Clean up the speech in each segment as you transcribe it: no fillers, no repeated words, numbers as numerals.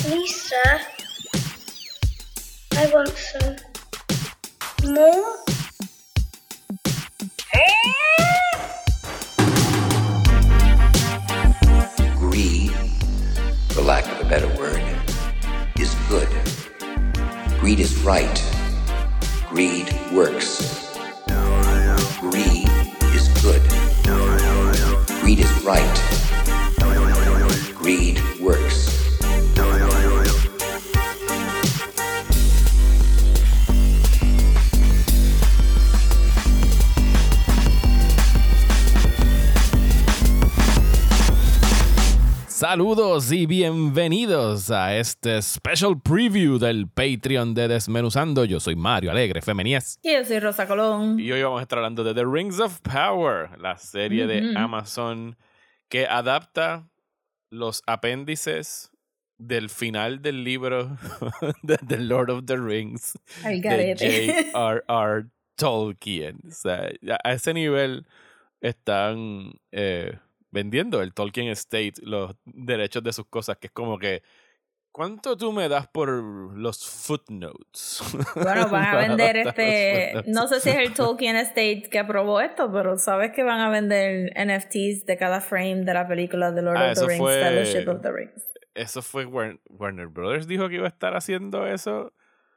Lisa, I want some more. Greed, for lack of a better word, is good. Greed is right. Greed works. Greed is good. Greed is right. Greed works. Saludos y bienvenidos a este special preview del Patreon de Desmenuzando. Yo soy Mario Alegre Femenías. Y yo soy Rosa Colón. Y hoy vamos a estar hablando de The Rings of Power, la serie de Amazon que adapta los apéndices del final del libro de The Lord of the Rings de J.R.R. Tolkien. O sea, a ese nivel están vendiendo el Tolkien Estate los derechos de sus cosas, que es como que ¿cuánto tú me das por los footnotes? Bueno, van a vender no sé si es el Tolkien Estate que aprobó esto, pero sabes que van a vender NFTs de cada frame de la película The Lord of the Rings, Fellowship of the Rings. Eso fue Warner Brothers dijo que iba a estar haciendo eso.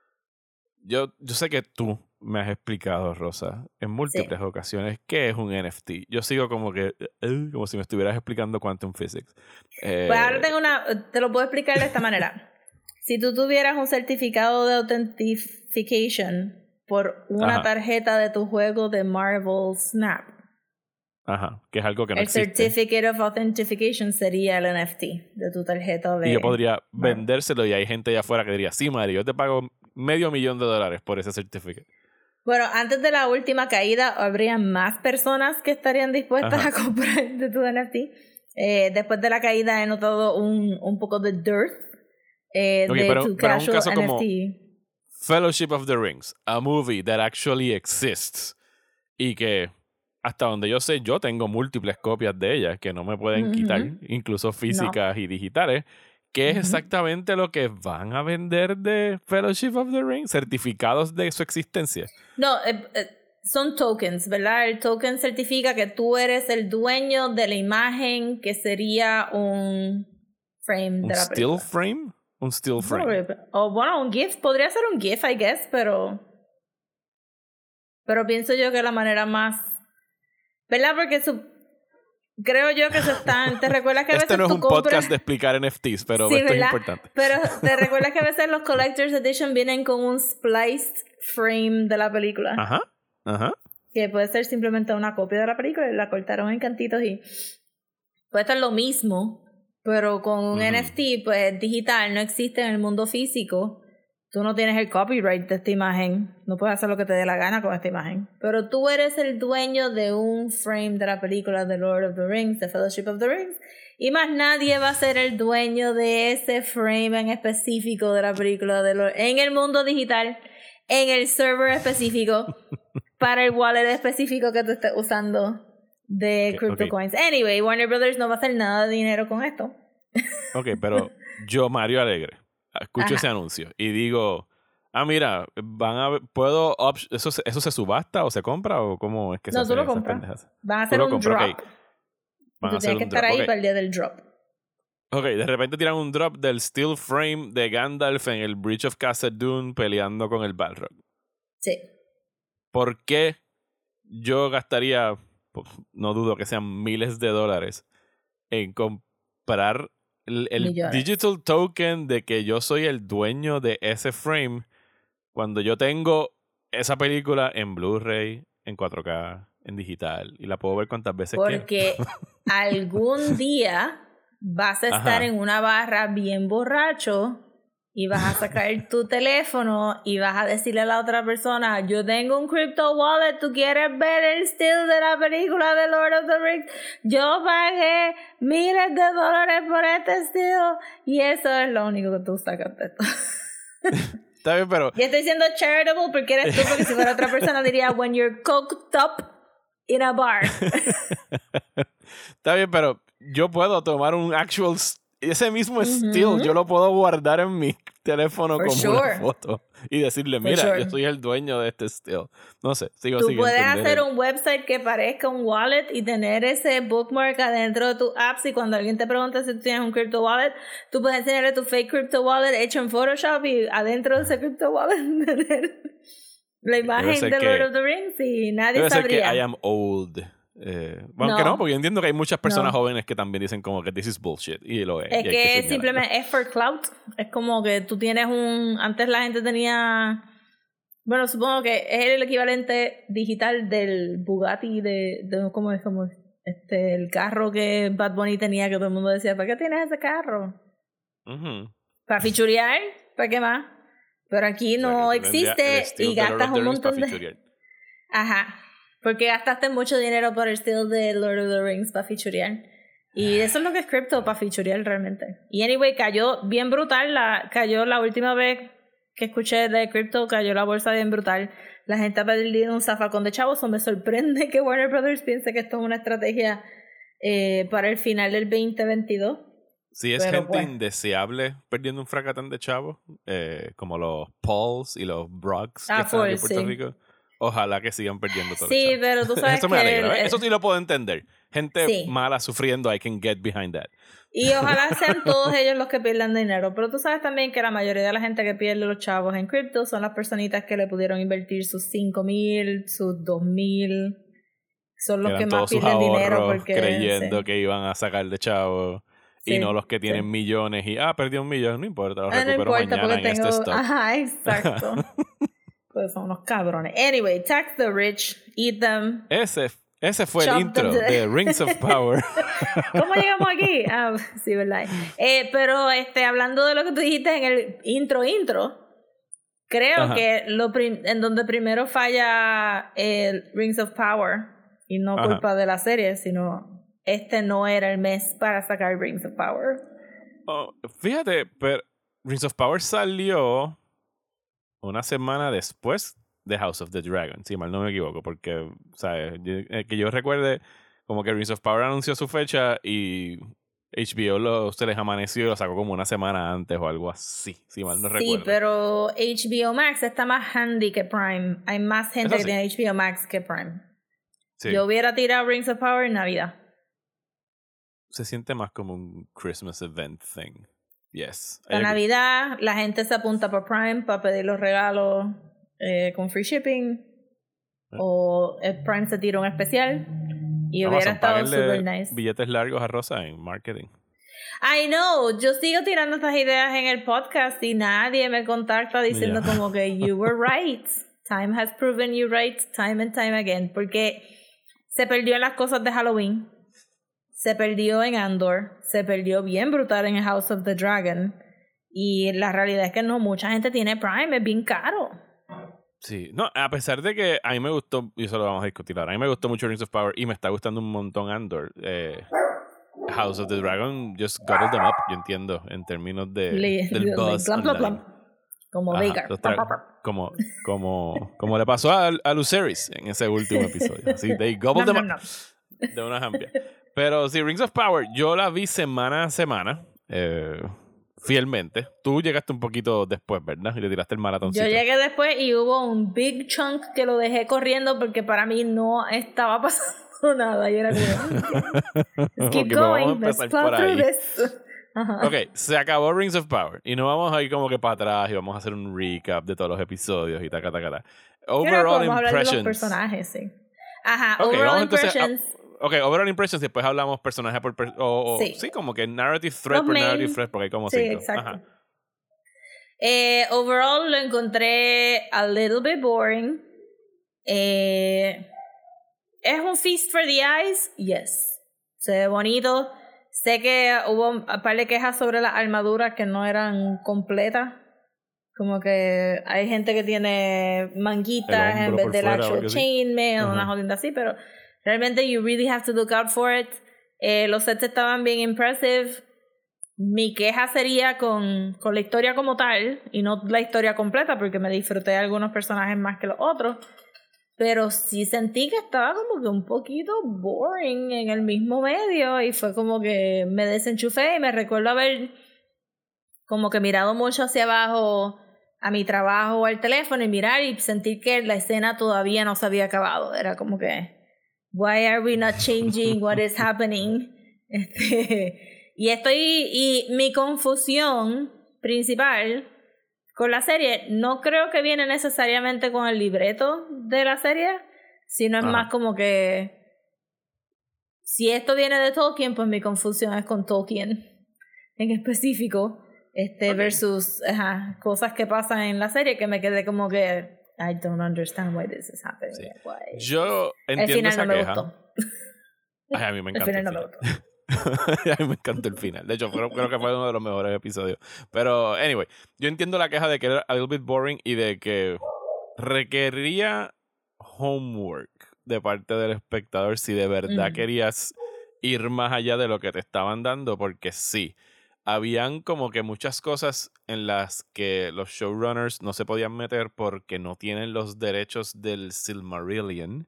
Yo sé que tú me has explicado, Rosa, en múltiples ocasiones qué es un NFT. Yo sigo como que como si me estuvieras explicando Quantum Physics. Pues ahora te lo puedo explicar de esta manera. Si tú tuvieras un certificado de authentication por una tarjeta de tu juego de Marvel Snap, que es algo que no existe. El Certificate of Authentication sería el NFT de tu tarjeta de... Y yo podría vendérselo y hay gente allá afuera que diría, sí, Mario, yo te pago $500,000 por ese certificado. Bueno, antes de la última caída habría más personas que estarían dispuestas a comprar de tu NFT. Después de la caída he notado un poco de dearth de tu casual NFT. Como Fellowship of the Rings, a movie that actually exists, y que hasta donde yo sé, yo tengo múltiples copias de ella que no me pueden quitar, incluso físicas y digitales. ¿Qué es exactamente lo que van a vender de Fellowship of the Ring? ¿Certificados de su existencia? No, son tokens, ¿verdad? El token certifica que tú eres el dueño de la imagen que sería un frame de la película. ¿Un still frame? O bueno, un GIF. Podría ser un GIF, I guess, pero pienso yo que la manera más... ¿Verdad? Porque creo yo que se están... ¿Te recuerdas que a veces no es un podcast de explicar NFTs, pero sí, esto ¿verdad? es importante. Pero ¿te recuerdas que a veces los Collector's Edition vienen con un spliced frame de la película? Ajá. Que puede ser simplemente una copia de la película y la cortaron en cantitos y... Puede estar lo mismo, pero con un NFT, pues digital, no existe en el mundo físico. Tú no tienes el copyright de esta imagen. No puedes hacer lo que te dé la gana con esta imagen. Pero tú eres el dueño de un frame de la película The Lord of the Rings, The Fellowship of the Rings. Y más nadie va a ser el dueño de ese frame en específico de la película en el mundo digital, en el server específico, para el wallet específico que tú estés usando de CryptoCoins. Anyway, Warner Brothers no va a hacer nada de dinero con esto. Ok, pero yo, Mario Alegre, escucho ese anuncio y digo, mira, ¿puedo eso se subasta o se compra o cómo es que se hace? No, tú lo compras. Van a hacer un drop. Okay. Tú tienes que estar ahí para el día del drop. Ok, de repente tiran un drop del still frame de Gandalf en el Bridge of Khazad Dûm peleando con el Balrog. Sí. ¿Por qué yo gastaría, no dudo que sean miles de dólares, en comprar el digital token de que yo soy el dueño de ese frame cuando yo tengo esa película en Blu-ray, en 4K, en digital y la puedo ver cuantas veces quiera? Porque algún día vas a estar en una barra bien borracho y vas a sacar tu teléfono y vas a decirle a la otra persona, yo tengo un crypto wallet, ¿tú quieres ver el still de la película de Lord of the Rings? Yo pagué miles de dólares por este still. Y eso es lo único que tú sacas de esto. Está bien, pero... Y estoy siendo charitable porque eres tú, porque si fuera otra persona diría, when you're coked up in a bar. Está bien, pero yo puedo tomar un actual ese mismo still yo lo puedo guardar en mi teléfono como una foto y decirle, mira, yo soy el dueño de este still. No sé, sigo Tú puedes hacer un website que parezca un wallet y tener ese bookmark adentro de tu apps, y cuando alguien te pregunta si tú tienes un crypto wallet, tú puedes enseñarle tu fake crypto wallet hecho en Photoshop y adentro de ese crypto wallet tener la imagen de Lord of the Rings y nadie debe sabría. Ser que I am old. Bueno, que no, porque yo entiendo que hay muchas personas jóvenes que también dicen como que this is bullshit y lo es. Es que simplemente es for clout. Es como que tú tienes antes la gente tenía, bueno, supongo que es el equivalente digital del Bugatti ¿cómo es? Como el carro que Bad Bunny tenía, que todo el mundo decía, ¿para qué tienes ese carro? Para fichurear, ¿para qué más? Pero aquí no existe y gastas un montón de... Ajá. Porque gastaste mucho dinero por el estilo de Lord of the Rings para fichurear. Y eso es lo que es cripto, para fichurear realmente. Y anyway, cayó bien brutal. Cayó la última vez que escuché de cripto, cayó la bolsa bien brutal. La gente ha perdido un zafacón de chavos. Me sorprende que Warner Brothers piense que esto es una estrategia para el final del 2022. Sí, es gente indeseable perdiendo un fracatán de chavos, como los Pauls y los Brocks que están aquí en Puerto Rico. Ojalá que sigan perdiendo todo. Sí, pero tú sabes eso que... me alegra, eso sí lo puedo entender. Gente mala sufriendo, I can get behind that. Y ojalá sean todos ellos los que pierdan dinero. Pero tú sabes también que la mayoría de la gente que pierde los chavos en cripto son las personitas que le pudieron invertir sus 5,000, sus 2,000. Son los que más pierden dinero porque creyendo que iban a sacar de chavos. Y no los que tienen millones y perdió 1 millón, no importa, lo recupero mañana en este stock. Ajá, exacto. Pues son unos cabrones. Anyway, tax the rich, eat them. Ese fue el intro de Rings of Power. ¿Cómo llegamos aquí? Sí, verdad. Pero hablando de lo que tú dijiste en el intro, creo que en donde primero falla el Rings of Power, y no culpa de la serie, sino no era el mes para sacar Rings of Power. Fíjate, pero Rings of Power salió una semana después de House of the Dragon, si mal no me equivoco, porque, ¿sabes? Que yo recuerde como que Rings of Power anunció su fecha y HBO se les amaneció y lo sacó como una semana antes o algo así, si mal no recuerdo. Sí, pero HBO Max está más handy que Prime. Hay más gente que tiene HBO Max que Prime. Sí. Yo hubiera tirado Rings of Power en Navidad. Se siente más como un Christmas event thing. Yes. La Navidad, la gente se apunta por Prime para pedir los regalos con free shipping. O Prime se tira un especial. Y hubiera estado super nice. Billetes largos a Rosa en marketing. I know. Yo sigo tirando estas ideas en el podcast y nadie me contacta diciendo como que you were right. Time has proven you right time and time again. Porque se perdió en las cosas de Halloween. Se perdió en Andor, se perdió bien brutal en House of the Dragon. Y la realidad es que no mucha gente tiene Prime, es bien caro. Sí, no, a pesar de que a mí me gustó, y eso lo vamos a discutir ahora, a mí me gustó mucho Rings of Power y me está gustando un montón Andor. House of the Dragon just gobbled them up, yo entiendo, en términos del buzz online. Como Veigar. Como le pasó a Lucerys en ese último episodio. Así, they gobbled them up. De una amplia. Pero sí, Rings of Power, yo la vi semana a semana, fielmente. Tú llegaste un poquito después, ¿verdad? Y le tiraste el maratoncito. Yo llegué después y hubo un big chunk que lo dejé corriendo porque para mí no estaba pasando nada. Y era como, keep going, let's plow through this. Ok, se acabó Rings of Power. Y no vamos a ir como que para atrás y vamos a hacer un recap de todos los episodios y taca. Overall impressions. Hablar de los personajes, sí. Ajá, okay, overall impressions. Overall impressions, después hablamos personaje por sí, como que narrative thread por narrative thread, porque hay como 5. Sí, exacto. Overall lo encontré a little bit boring. ¿Es un feast for the eyes? Yes. Se ve bonito. Sé que hubo un par de quejas sobre las armaduras que no eran completas. Como que hay gente que tiene manguitas en vez del actual chainmail, una jodienda así, pero realmente you really have to look out for it. Los sets estaban bien impressive. Mi queja sería con la historia como tal y no la historia completa, porque me disfruté de algunos personajes más que los otros. pero sí sentí que estaba como que un poquito boring en el mismo medio y fue como que me desenchufé y me recuerdo haber como que mirado mucho hacia abajo a mi trabajo o al teléfono y mirar y sentir que la escena todavía no se había acabado. Era como que, why are we not changing what is happening? Y mi confusión principal con la serie no creo que viene necesariamente con el libreto de la serie, sino es más como que si esto viene de Tolkien, pues mi confusión es con Tolkien en específico, versus cosas que pasan en la serie que me quedé como que I don't understand why this is happening. Sí. Why. Yo entiendo esa queja. El final no me gustó. Ay, a mí me encantó el final. A mí me encantó el final. De hecho, creo que fue uno de los mejores episodios. Pero, anyway, yo entiendo la queja de que era a little bit boring y de que requería homework de parte del espectador si de verdad querías ir más allá de lo que te estaban dando, porque sí, habían como que muchas cosas en las que los showrunners no se podían meter porque no tienen los derechos del Silmarillion,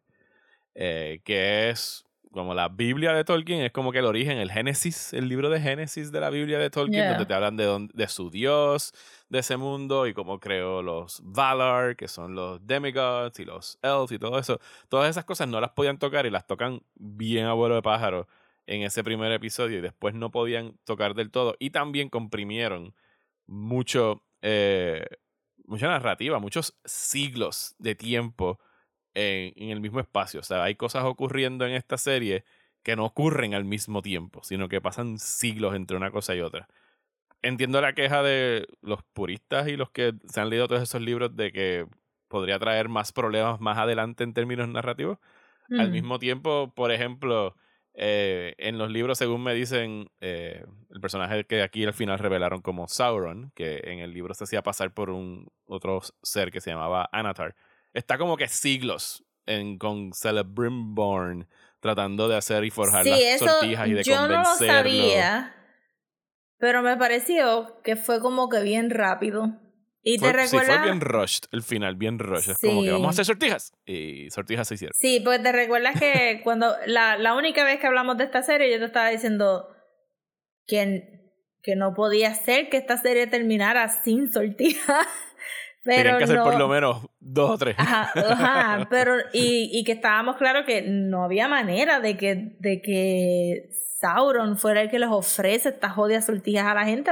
que es como la Biblia de Tolkien, es como que el origen, el Génesis, el libro de Génesis de la Biblia de Tolkien, donde te hablan de su dios, de ese mundo, y cómo creó los Valar, que son los demigods, y los elves, y todo eso. Todas esas cosas no las podían tocar y las tocan bien a vuelo de pájaro en ese primer episodio, y después no podían tocar del todo. Y también comprimieron mucha narrativa, muchos siglos de tiempo en el mismo espacio. O sea, hay cosas ocurriendo en esta serie que no ocurren al mismo tiempo, sino que pasan siglos entre una cosa y otra. Entiendo la queja de los puristas y los que se han leído todos esos libros de que podría traer más problemas más adelante en términos narrativos. Al mismo tiempo, por ejemplo, en los libros, según me dicen, el personaje que aquí al final revelaron como Sauron, que en el libro se hacía pasar por otro ser que se llamaba Anatar, está como que siglos con Celebrimbor tratando de hacer y forjar las sortijas y de yo convencerlo. No lo sabía, pero me pareció que fue como que bien rápido. ¿Y te recuerdas? Sí, fue bien rushed el final, bien rushed. Es como que vamos a hacer sortijas. Y sortijas se hicieron. Sí, pues te recuerdas que cuando la única vez que hablamos de esta serie yo te estaba diciendo que no podía ser que esta serie terminara sin sortijas. Tenían que hacer por lo menos 2 o 3. Ajá, pero y que estábamos claros que no había manera de que Sauron fuera el que les ofrece estas jodidas sortijas a la gente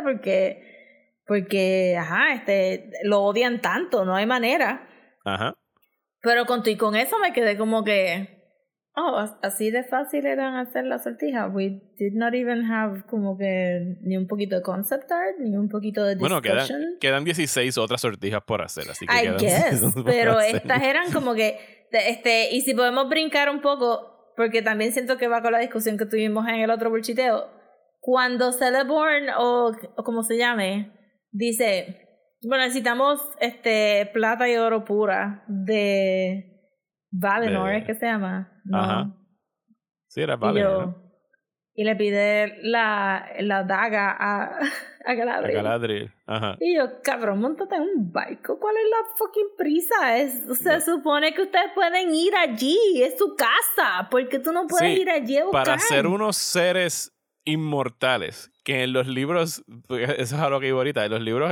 porque lo odian tanto, no hay manera. Ajá. Pero con eso me quedé como que así de fácil eran hacer las sortijas. We did not even have como que ni un poquito de concept art, ni un poquito de discussion. Bueno, quedan 16 otras sortijas por hacer, así que I guess, pero estas eran como que y si podemos brincar un poco, porque también siento que va con la discusión que tuvimos en el otro bulchiteo, cuando Celeborn o como se llame, dice, bueno, necesitamos plata y oro pura de Valinor, ¿es que se llama? No. Ajá. Sí, era Valinor. Y le pide la daga a Galadriel. A Galadriel, ajá. Y yo, cabrón, montate en un barco. ¿Cuál es la fucking prisa? Se supone que ustedes pueden ir allí. Es su casa. ¿Por qué tú no puedes ir allí a buscar? Para ser unos seres inmortales, que en los libros, eso es a lo que iba ahorita, en los libros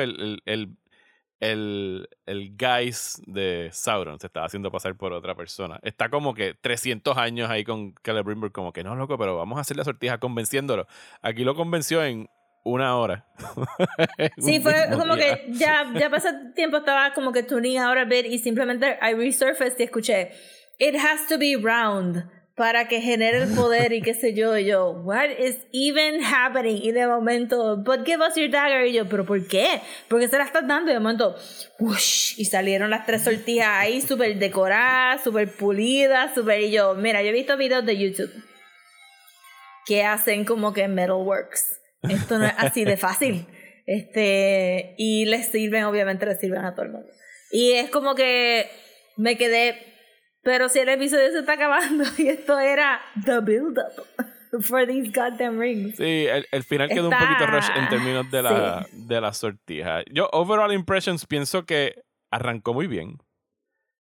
el guys de Sauron se estaba haciendo pasar por otra persona. Está como que 300 años ahí con Celebrimbor, como que no, loco, pero vamos a hacer la sortija convenciéndolo. Aquí lo convenció en 1 hora. Sí, fue como que ya pasó tiempo, estaba como que tuning ahora a ver y simplemente I resurfaced y escuché it has to be round para que genere el poder y qué sé yo, y yo, what is even happening? Y de momento, but give us your dagger, y yo, ¿pero por qué? ¿Por qué se la estás dando? Y de momento, whoosh, y salieron las 3 sortijas ahí, súper decoradas, súper pulidas, y yo, mira, yo he visto videos de YouTube que hacen como que metalworks. Esto no es así de fácil. Y obviamente les sirven a todo el mundo. Y es como que me quedé, pero si el episodio se está acabando y esto era the build-up for these goddamn rings. Sí, el final quedó un poquito rush en términos de la sortija. Yo, overall impressions, pienso que arrancó muy bien.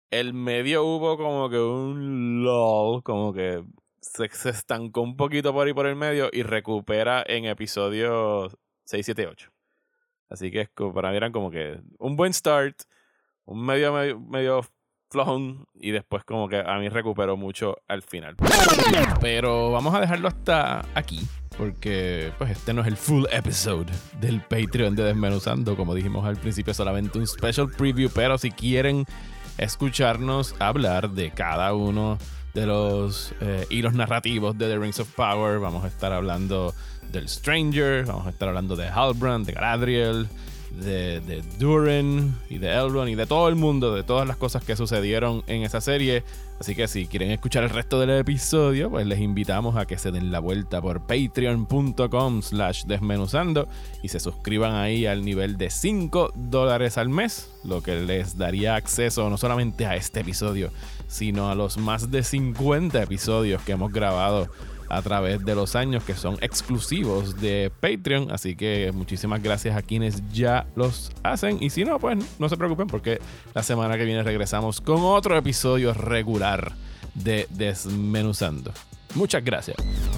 El medio hubo como que un lull, como que se estancó un poquito por ahí por el medio y recupera en episodios 6, 7, 8. Así que para mí eran como que un buen start, un medio flojón y después como que a mí recuperó mucho al final. Pero vamos a dejarlo hasta aquí porque pues este no es el full episode del Patreon de Desmenuzando. Como dijimos al principio, solamente un special preview, pero si quieren escucharnos hablar de cada uno de los hilos narrativos de The Rings of Power, vamos a estar hablando del Stranger, vamos a estar hablando de Halbrand, de Galadriel, de Durin y de Elrond y de todo el mundo, de todas las cosas que sucedieron en esa serie. Así que si quieren escuchar el resto del episodio, pues les invitamos a que se den la vuelta por patreon.com/desmenuzando y se suscriban ahí al nivel de $5 al mes, lo que les daría acceso no solamente a este episodio, sino a los más de 50 episodios que hemos grabado a través de los años, que son exclusivos de Patreon. Así que muchísimas gracias a quienes ya los hacen, y si no, pues no se preocupen porque la semana que viene regresamos con otro episodio regular de Desmenuzando. Muchas gracias.